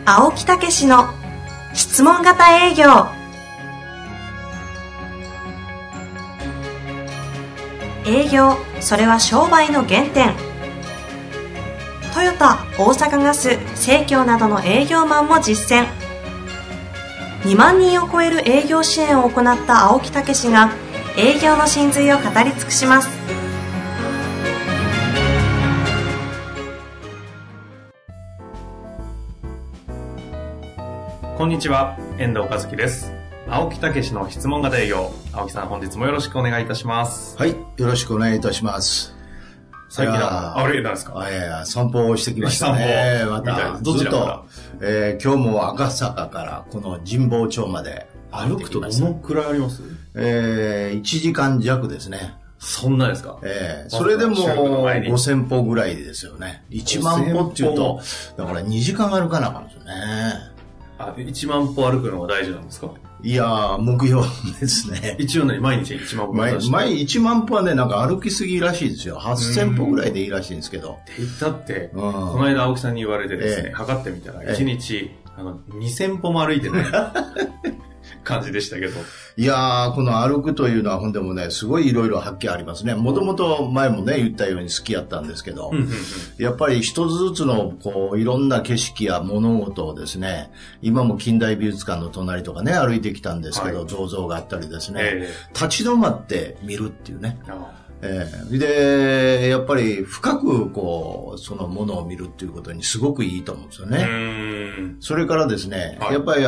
青木武の質問型営業。営業、それは商売の原点。トヨタ、大阪ガス、生協などの営業マンも実践。2万人を超える営業支援を行った青木武が営業の真髄を語り尽くします。 こんにちは、遠藤和樹です。青木武の質問型営業。青木さん、本日もよろしくお願いいたします。 はい、よろしくお願いいたします。 最近あれなんですか？ 散歩をしてきましたね。またどちらから？ 今日も赤坂からこの神保町まで歩くとどのくらいあります ？1時間弱ですね。 そんなですか？ それでも5000歩ぐらいですよね。1万歩っていうとだから2時間歩かなかったんですよね。 1万歩歩くのが大事なんですか？ いやー、目標ですね。 一応ね、毎日1万歩毎1万歩はね、なんか歩きすぎらしいですよ。8000歩ぐらいでいいらしいんですけど。 って言ったって、この間青木さんに言われてですね、測ってみたら1日、2000歩も歩いてない感じでしたけど。 いやー、この歩くというのはほんでもね、すごいいろいろ発見ありますね。もともと前もね、言ったように好きやったんですけど、やっぱり一つずつのこういろんな景色や物事をですね、今も近代美術館の隣とかね、歩いてきたんですけど、銅像があったりですね、立ち止まって見るっていうね。で、やっぱり深くこう、そのものを見るっていうことにすごくいいと思うんですよね。それからですね、やっぱり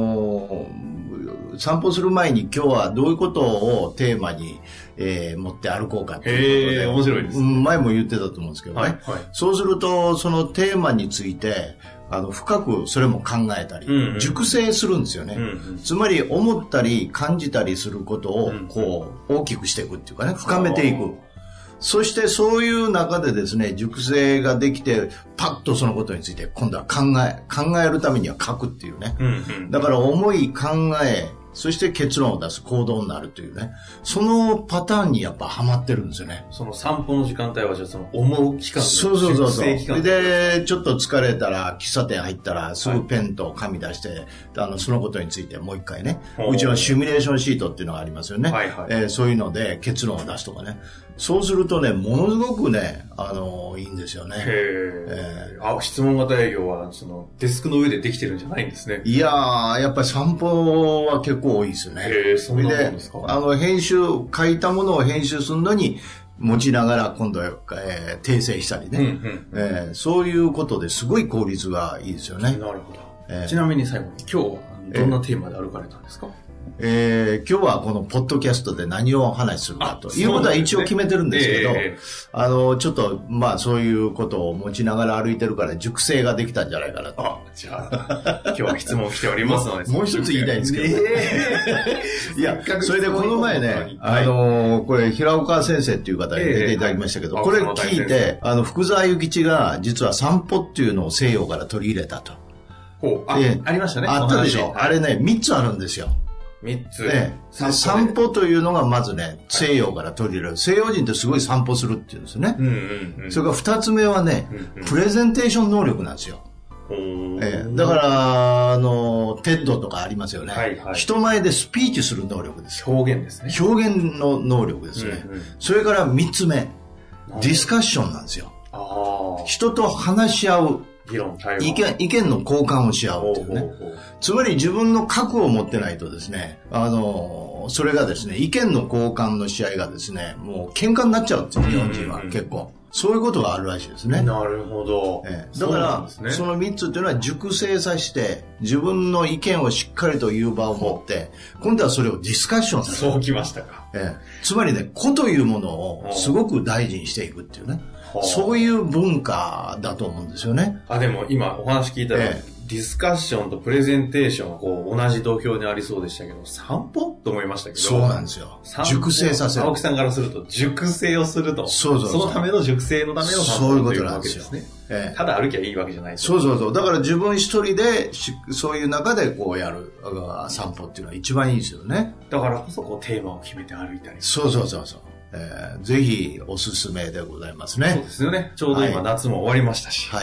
散歩する前に今日はどういうことをテーマに、持って歩こうかということで、 面白いです。 前も言ってたと思うんですけどね。そうすると、そのテーマについて、深くそれも考えたり、熟成するんですよね。つまり思ったり感じたりすることをこう大きくしていくっていうかね、深めていく。そしてそういう中でですね、熟成ができて、パッとそのことについて今度は考えるためには書くっていうね。だから思い、考え、そして結論を出す行動になるというね。そのパターンにやっぱハマってるんですよね。 その散歩の時間帯はじゃあその思う期間そう。で、ちょっと疲れたら、喫茶店入ったら、すぐペンと紙出して、そのことについてもう一回ね、うちはシミュレーションシートっていうのがありますよね。そういうので結論を出すとかね。そうするとね、ものすごくね、いいんですよね。 質問型営業は、その、デスクの上でできてるんじゃないんですね。 いやー、やっぱり散歩は結構多いですよね。 そんなもんですか？ 編集、書いたものを編集するのに、持ちながら今度は、訂正したりね、そういうことですごい効率がいいですよね。 なるほど。ちなみに最後に今日はどんなテーマで歩かれたんですか？ 今日はこのポッドキャストで何をお話しするかということは一応決めてるんですけど、ちょっとまあそういうことを持ちながら歩いてるから熟成ができたんじゃないかなと。 じゃあ今日は質問来ておりますのでもう一つ言いたいんですけど、いや、それでこの前ね、これ平岡先生っていう方に出ていただきましたけど、これ聞いて福沢諭吉が実は散歩っていうのを西洋から取り入れたと。 ありましたね。 あったでしょ。あれね、3つあるんですよ。 3つ。 散歩というのがまずね、西洋から取り入れる。西洋人ってすごい散歩するっていうんですよね。それから2つ目はね、プレゼンテーション能力なんですよ。だから、テッドとかありますよね。人前でスピーチする能力です。 表現ですね。 表現の能力ですね。それから3つ目、ディスカッションなんですよ。人と話し合う。意見の交換をし合うっていうね。つまり自分の核を持ってないとですね、それがですね、意見の交換の試合がですね、もう喧嘩になっちゃうんですよ、日本人は結構。そういうことがあるらしいですね。 なるほど。 だから、その3つっていうのは熟成させて、自分の意見をしっかりと言う場を持って、今度はそれをディスカッションさせる。 そうきましたか。 つまりね、個というものをすごく大事にしていくっていうね。そういう文化だと思うんですよね。 でも今お話聞いたら、ディスカッションとプレゼンテーションはこう同じ土俵にありそうでしたけど、散歩と思いましたけど。 そうなんですよ。熟成させる。 青木さんからすると熟成をすると。そのための熟成のための散歩というわけですね。ただ歩きゃいいわけじゃない。 そう。だから自分一人でそういう中でこうやる散歩っていうのは一番いいですよね。 だからこそこうテーマを決めて歩いたり。 そう。ぜひおすすめでございますね。 そうですよね。ちょうど今夏も終わりましたし。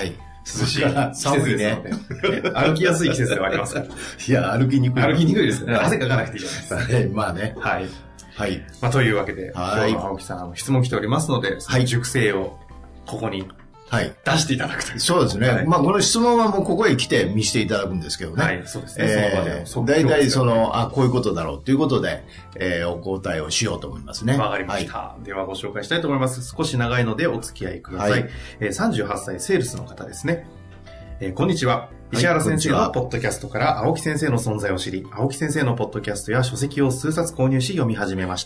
涼しい寒いね。歩きやすい季節ではありますから。 いや、歩きにくい。 歩きにくいですね。汗かかなくていいじゃないですか。 まあね。 はい。 はい。 まあ、というわけで、今日の青木さん、質問来ておりますので、はい。熟成をここに出していただくという。 そうですね。はい、まあ、この質問はもうここへ来て見せていただくんですけどね。 はい、そうですね。 大体こういうことだろうということで、お答えをしようと思いますね。 わかりました。はい、ではご紹介したいと思います。少し長いのでお付き合いください。はい、38歳セールスの方ですね。こんにちは。石原先生のポッドキャストから青木先生の存在を知り、青木先生のポッドキャストや書籍を数冊購入し読み始めました。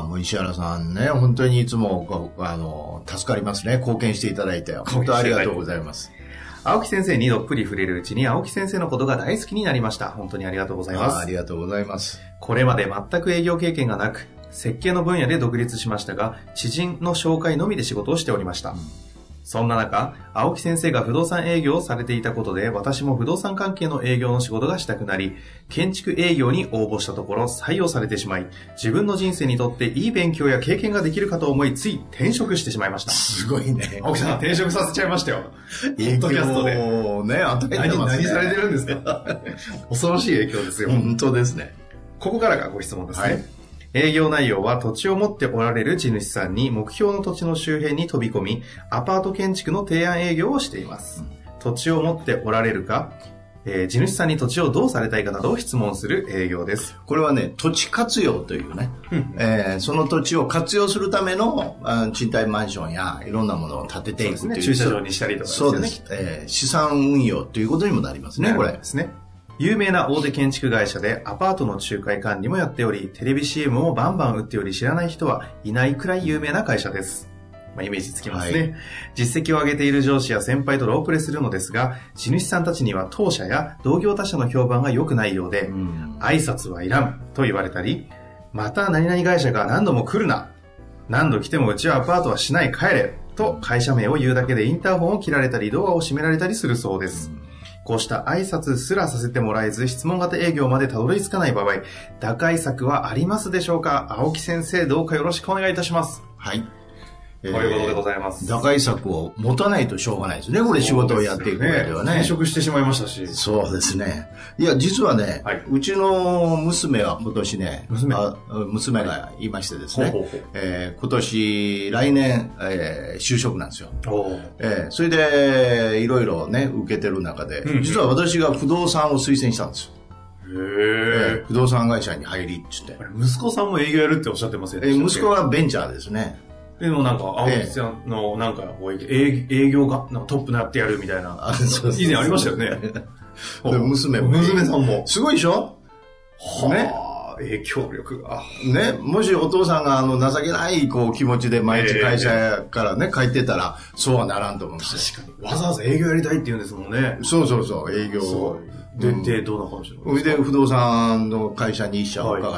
もう石原さんね、本当にいつも助かりますね。貢献していただいて。本当ありがとうございます。 青木先生にどっぷり触れるうちに青木先生のことが大好きになりました。本当にありがとうございます。 ありがとうございます。 これまで全く営業経験がなく、設計の分野で独立しましたが、知人の紹介のみで仕事をしておりました。そんな中、青木先生が不動産営業をされていたことで、私も不動産関係の営業の仕事がしたくなり、建築営業に応募したところ採用されてしまい、自分の人生にとっていい勉強や経験ができるかと思い、つい転職してしまいました。 すごいね。 青木さん、転職させちゃいましたよ。 営業ね、 何されてるんですか恐ろしい影響ですよ。 本当ですね。 ここからがご質問ですね。はい。営業内容は土地を持っておられる地主さんに目標の土地の周辺に飛び込み、アパート建築の提案営業をしています。土地を持っておられるか、地主さんに土地をどうされたいかなどを質問する営業です。 これはね、土地活用というね、その土地を活用するための賃貸マンションやいろんなものを建てていくという。 駐車場にしたりとかですね。 そうです。資産運用ということにもなりますね、これ。 ですね。有名な大手建築会社でアパートの仲介管理もやっており、テレビ CM もバンバン打っており、知らない人はいないくらい有名な会社です。イメージつきますね。はい、実績を上げている上司や先輩とロープレするのですが、地主さんたちには当社や同業他社の評判が良くないようで、挨拶はいらんと言われたり、また何々会社が何度も来るな、何度来てもうちはアパートはしない帰れと会社名を言うだけでインターホンを切られたりドアを閉められたりするそうです。こうした挨拶すらさせてもらえず質問型営業までたどり着かない場合、打開策はありますでしょうか？青木先生、どうかよろしくお願いいたします。 はい。 ということでございます。 打開策を持たないとしょうがないですね。これ仕事をやっていく上ではね。 転職してしまいましたし。 そうですね。いや、実はね、はい、うちの娘は今年ね、娘がいましてですね、今年、来年、就職なんですよ。それで、いろいろね、受けてる中で、実は私が不動産を推薦したんですよ。不動産会社に入りって言って。 息子さんも営業やるっておっしゃってますよね。 息子はベンチャーですね。 でもなんか、青木さんのなんか、営業がトップになってやるみたいな。以前ありましたよね。 娘さんも。 すごいでしょ？ ね。影響力が。 ね。もしお父さんが情けない気持ちで毎日会社からね、帰ってたら、そうはならんと思うんですよ。 確かに。わざわざ営業やりたいって言うんですもんね。 そう、営業。 で、どうな感じなんですか？で、不動産の会社に一社を伺って、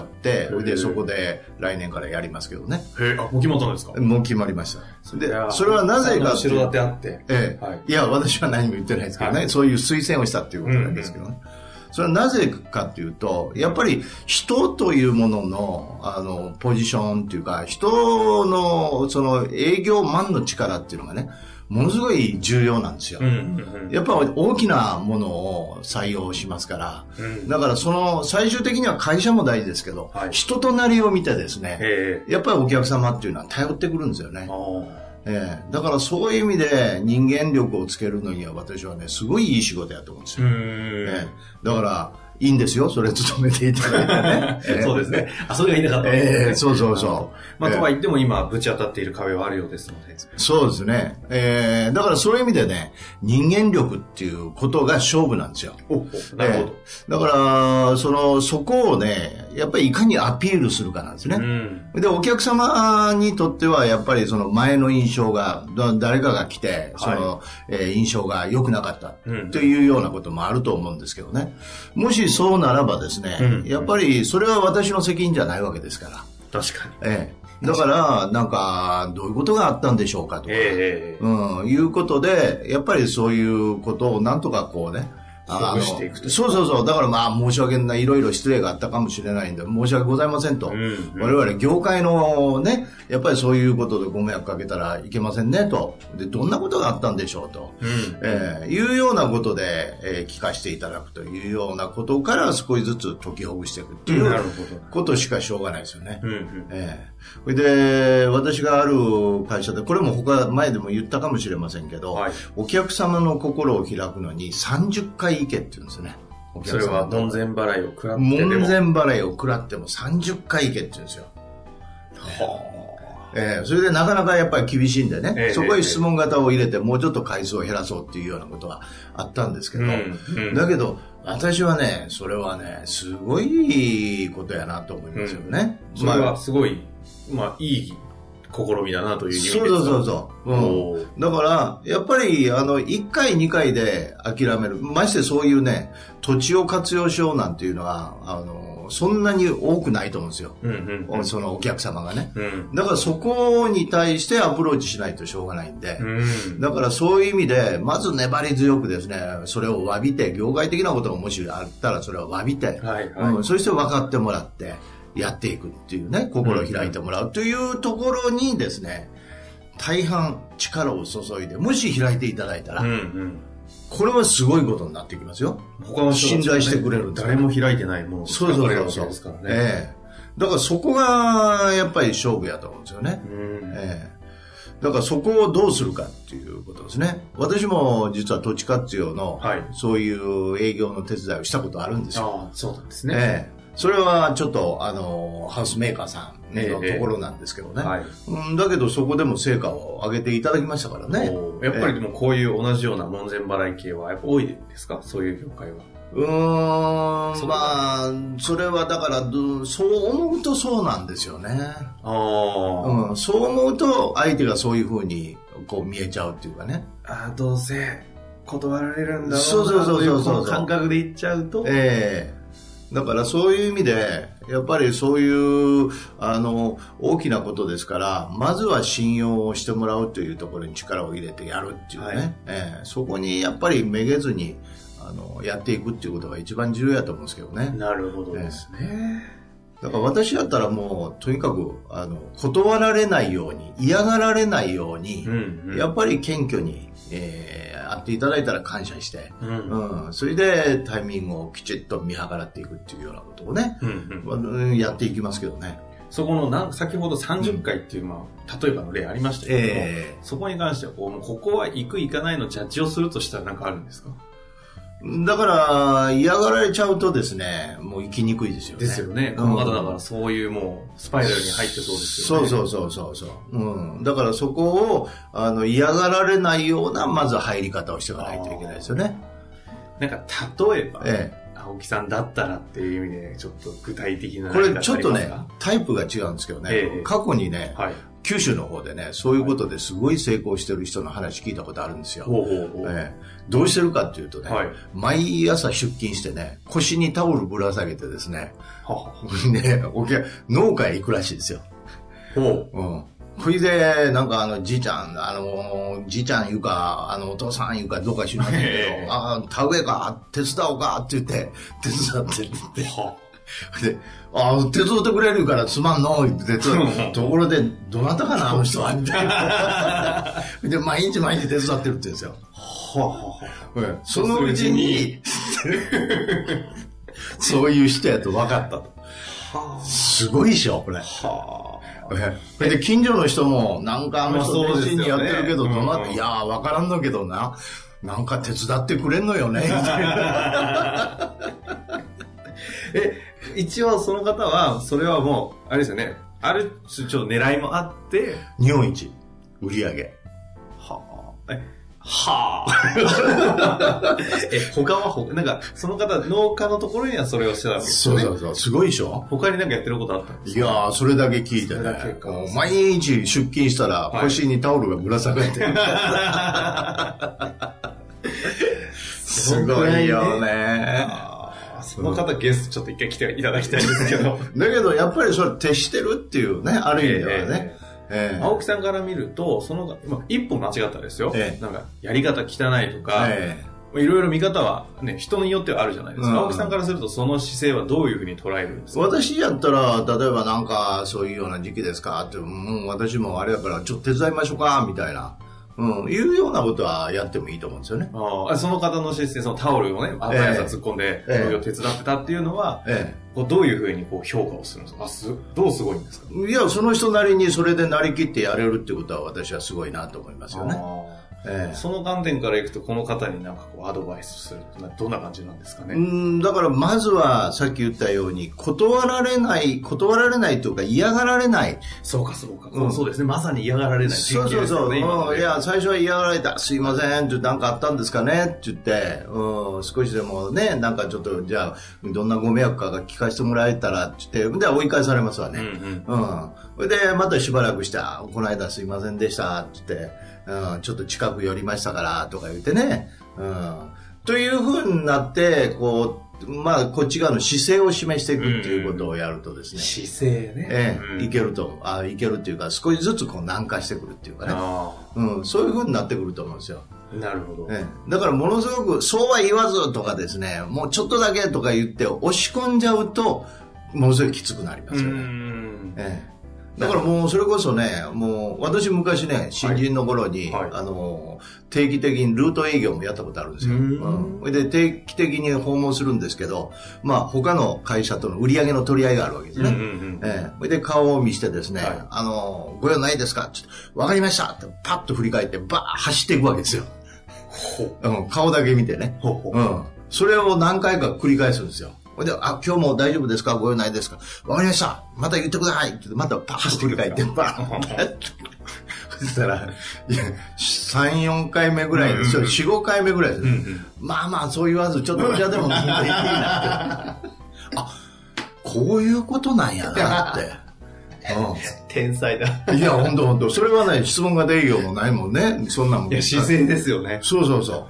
で、そこで来年からやりますけどね。 もう決まったんですか？ もう決まりました。で、それはなぜか後ろ盾あって。 いや、私は何も言ってないですけどね。そういう推薦をしたっていうことなんですけどね。それはなぜかっていうと、やっぱり人というものの、ポジションっていうか、人の、その営業マンの力っていうのがね、ものすごい重要なんですよ。やっぱ大きなものを採用しますから、だから最終的には会社も大事ですけど、人となりを見てですね、やっぱりお客様っていうのは頼ってくるんですよね。だからそういう意味で人間力をつけるのには私はね、すごいいい仕事やと思うんですよ。だから、いいんですよ。それ勤めていただいてね。 そうですね。それが言いたかったんですね。 そう。とは言っても今、ぶち当たっている壁はあるようですので。 そうですね。だからそういう意味でね、人間力っていうことが勝負なんですよ。 なるほど。だから、そこをね、やっぱりいかにアピールするかなんですね。で、お客様にとっては、やっぱりその前の印象が、誰かが来て、印象が良くなかったというようなこともあると思うんですけどね。もしそうならばですね、やっぱりそれは私の責任じゃないわけですから。 確かに。 だから、なんか、どういうことがあったんでしょうかとか、いうことで、やっぱりそういうことをなんとかほぐしていくと。 そうそうそう。だからまあ申し訳ない、いろいろ失礼があったかもしれないんで、申し訳ございませんと。我々業界のね、やっぱりそういうことでご迷惑かけたらいけませんねと。で、どんなことがあったんでしょうと。いうようなことで、聞かせていただくというようなことから少しずつ解きほぐしていくっていうことしかしょうがないですよね。それで、私がある会社で、これも他前でも言ったかもしれませんけど、お客様の心を開くのに30回行けって言うんですよね。 それは門前払いを食らっても。 門前払いを食らっても30回行けって言うんですよ。それでなかなかやっぱり厳しいんでね、そこへ質問型を入れてもうちょっと回数を減らそうっていうようなことはあったんですけど、だけど私はね、それはね、すごいことやなと思いますよね。 それはすごい、いい試みだなという意味ですか。 そう。だから、やっぱり、1回、2回で諦める。ましてそういうね、土地を活用しようなんていうのは、そんなに多くないと思うんですよ。そのお客様がね。だからそこに対してアプローチしないとしょうがないんで。だからそういう意味で、まず粘り強くですね、それを詫びて、業界的なことがもしあったらそれを詫びて、そして分かってもらって、やっていくっていうね、心を開いてもらうというところにですね、大半力を注いで、もし開いていただいたら、これはすごいことになってきますよ。 他の人が、 信頼してくれるんです。 誰も開いてないものをそうですからね。だからそこがやっぱり勝負やと思うんですよね。だからそこをどうするかっていうことですね。私も実は土地活用の、そういう営業の手伝いをしたことあるんですよ。 そうなんですね。 それはちょっとハウスメーカーさんのところなんですけどね、だけどそこでも成果を上げていただきましたからね。 やっぱりでもこういう同じような門前払い系はやっぱ多いですか、そういう業界は。 それはだからそう思うとそうなんですよね。そう思うと相手がそういう風にこう見えちゃうっていうかね。 どうせ断られるんだろうなというこの感覚で言っちゃうと。 だからそういう意味でやっぱりそういう大きなことですから、まずは信用をしてもらうというところに力を入れてやるっていうね、そこにやっぱりめげずにやっていくっていうことが一番重要だと思うんですけどね。 なるほどですね。 だから私だったらもうとにかく断られないように、嫌がられないように、やっぱり謙虚に会っていただいたら感謝して、それでタイミングをきちっと見計らっていくっていうようなことをね、やっていきますけどね。 そこの先ほど30回っていう、例えばの例ありましたけど、そこに関してはここは行く行かないのジャッジをするとしたら何かあるんですか？ だから嫌がられちゃうとですね、もう生きにくいですよね。 ですよね。この方だからそういうもうスパイラルに入ってそうですよね。 そう。だからそこを嫌がられないようなまず入り方をしていかないといけないですよね。 なんか例えば、青木さんだったらっていう意味でちょっと具体的なこれちょっとねタイプが違うんですけどね、過去にね、九州の方でね、そういうことですごい成功してる人の話聞いたことあるんですよ。どうしてるかっていうとね、毎朝出勤してね、腰にタオルぶら下げてですね、農家へ行くらしいですよ。それで、なんかじいちゃん言うか、お父さん言うかどうか知らないけど、田植えか、手伝おうかって言って、手伝ってって。で、手伝ってくれるからすまんのってところでどなたかなあの人はみたいなで毎日手伝ってるって言うんですよ。そのうちにそういう人やと分かったと。すごいでしょこれ。で近所の人もなんか人熱心にやってるけどどなた、いや分からんのけどなんか手伝ってくれんのよねみたいな。 一応その方はそれはもうあれですよね、ある種ちょっと狙いもあって日本一売り上げ他はなんかその方農家のところにはそれをしてたわけですよね。 そうすごいでしょ。 他になんかやってることあったんですか？ いやそれだけ聞いてね、毎日出勤したら腰にタオルがぶら下がってる、すごいよね。 その方ゲストちょっと一回来ていただきたいんですけどだけどやっぱりそれ徹してるっていうね、ある意味ではね、 青木さんから見るとその一歩間違ったらですよ、なんかやり方汚いとか、 いろいろ見方はね、人によってはあるじゃないですか。青木さんからするとその姿勢はどういうふうに捉えるんですか？ 私やったら、例えばなんかそういうような時期ですかって、私もあれだからちょっと手伝いましょうかみたいな。いうようなことはやってもいいと思うんですよね。 その方の姿勢、そのタオルをね、朝突っ込んで、農業手伝ってたっていうのは、どういうふうにこう評価をするんですか？どうすごいんですか？ いや、その人なりにそれでなりきってやれるってことは私はすごいなと思いますよね。 その観点からいくと、この方になんかこうアドバイスするとどんな感じなんですかね？ だからまずはさっき言ったように断られないというか嫌がられない。 そうか。そうですね。まさに嫌がられない。 そう。いや、最初は嫌がられた。すいませんってなんかあったんですかねって言って、少しでもね、なんかちょっとじゃあどんなご迷惑かが聞かせてもらえたらって言って、で追い返されますわね。それでまたしばらくしてこの間すいませんでしたって言って。ちょっと近く寄りましたからとか言ってね、という風になってこっち側の姿勢を示していくっていうことをやるとですね、 姿勢ね、 いけるっていうか少しずつこう軟化してくるっていうかね、そういう風になってくると思うんですよ。 なるほど。 だからものすごくそうは言わずとかですね、もうちょっとだけとか言って押し込んじゃうとものすごいきつくなりますよね。だからもうそれこそね、もう私昔ね、新人の頃に、定期的にルート営業もやったことあるんですよ。で、定期的に訪問するんですけど、他の会社との売り上げの取り合いがあるわけですね。で、顔を見してですね、ご用ないですか？ちょっと、わかりましたってパッと振り返って、走っていくわけですよ。顔だけ見てね。それを何回か繰り返すんですよ。で、今日も大丈夫ですか？ご用ないですか？わかりました。また言ってくださいって言って、またパッと振り返って、そしたら、3、4回目ぐらいです。4、5回目ぐらいです。そう言わず、ちょっとお茶でも飲んでいいなって。こういうことなんやなって。 天才だ。 いや、ほんと。それはね、質問型営業もないもんね。そんなもん。 いや、姿勢ですよね。 そう。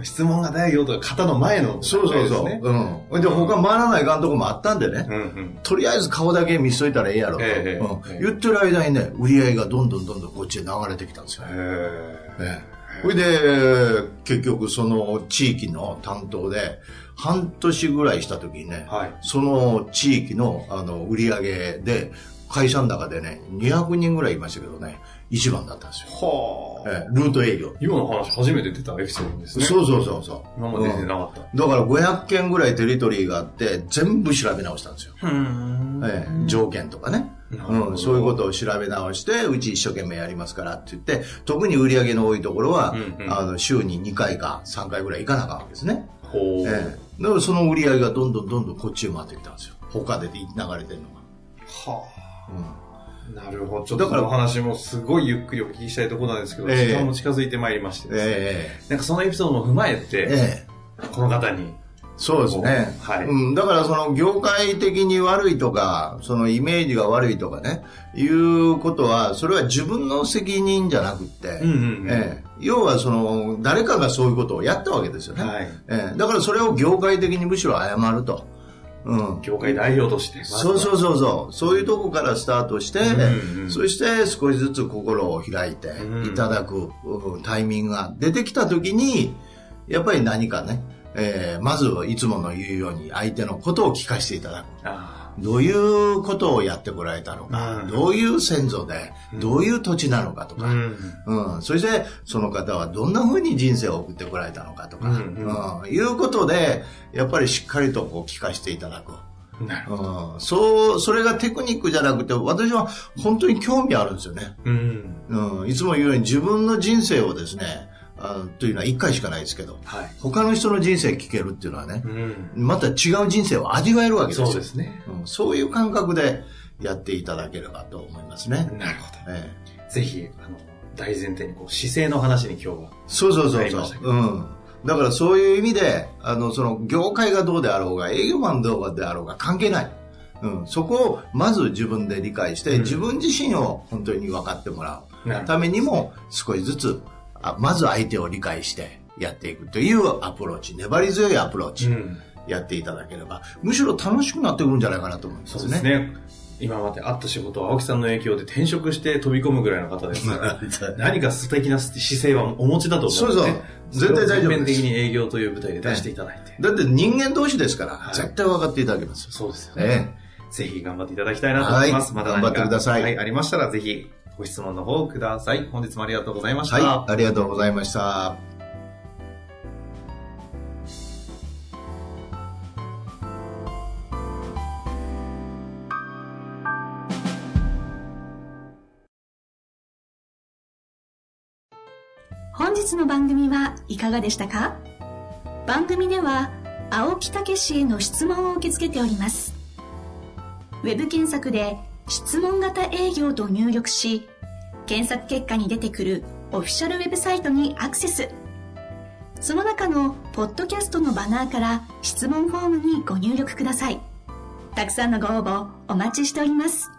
質問型営業とか型の前の。 そう。で、他回らないかんとこもあったんでね。とりあえず顔だけ見しといたらええやろと。言ってる間にね、売り上げがどんどんこっちへ流れてきたんですよ。それで、結局その地域の担当で、半年ぐらいした時にね、その地域の売り上げで、会社の中でね、200人ぐらいいましたけどね、一番だったんですよ。ルート営業。 今の話初めて出たエピソードですね。 そう。 今まで出てなかった。 だから500件ぐらいテリトリーがあって、全部調べ直したんですよ。条件とかね。そういうことを調べ直して、うち一生懸命やりますからって言って、特に売り上げの多いところは、週に2回か3回ぐらい行かなあかんわけですね。だからその売り上げがどんどんこっちへ回ってきたんですよ。他で流れてるのが。 なるほど。ちょっとこの話もすごいゆっくりお聞きしたいところなんですけど、時間も近づいてまいりましてですね、なんかそのエピソードも踏まえて、この方に。 そうですね。だからその業界的に悪いとか、そのイメージが悪いとかね、いうことは、それは自分の責任じゃなくって、要はその、誰かがそういうことをやったわけですよね。だからそれを業界的にむしろ謝ると。 業界代表として。 そう。そういうとこからスタートして、そして少しずつ心を開いていただくタイミングが出てきたときに、やっぱり何かね、まずいつもの言うように相手のことを聞かせていただく。どういうことをやってこられたのか、どういう先祖で、どういう土地なのかとか、そしてその方はどんな風に人生を送ってこられたのかとか、いうことで、やっぱりしっかりとこう聞かせていただく。それがテクニックじゃなくて、私は本当に興味あるんですよね。いつも言うように自分の人生をですね、というのは1回しかないですけど、他の人の人生聞けるっていうのはね、また違う人生を味わえるわけですよ。 そうですね。 そういう感覚でやっていただければと思いますね。 なるほど。ぜひ大前提に姿勢の話に今日はそうだからそういう意味でその業界がどうであろうが営業マンどうであろうが関係ない。そこをまず自分で理解して、自分自身を本当に分かってもらうためにも少しずつまず相手を理解してやっていくというアプローチ、粘り強いアプローチ、やっていただければ、むしろ楽しくなってくるんじゃないかなと思うんですね。 そうですね。今まであった仕事は青木さんの影響で転職して飛び込むぐらいの方ですから何か素敵な姿勢はお持ちだと思うので、 絶対大丈夫です。 全面的に営業という舞台で出していただいて。 だって人間同士ですから、絶対分かっていただけますよ。 そうですよね。ぜひ頑張っていただきたいなと思います。また頑張ってください。 ありましたらぜひご質問の方ください。本日もありがとうございました。 はい、ありがとうございました。 本日の番組はいかがでしたか？番組では青木武氏への質問を受け付けております。ウェブ検索で質問型営業と入力し、検索結果に出てくるオフィシャルウェブサイトにアクセス。その中のポッドキャストのバナーから質問フォームにご入力ください。たくさんのご応募お待ちしております。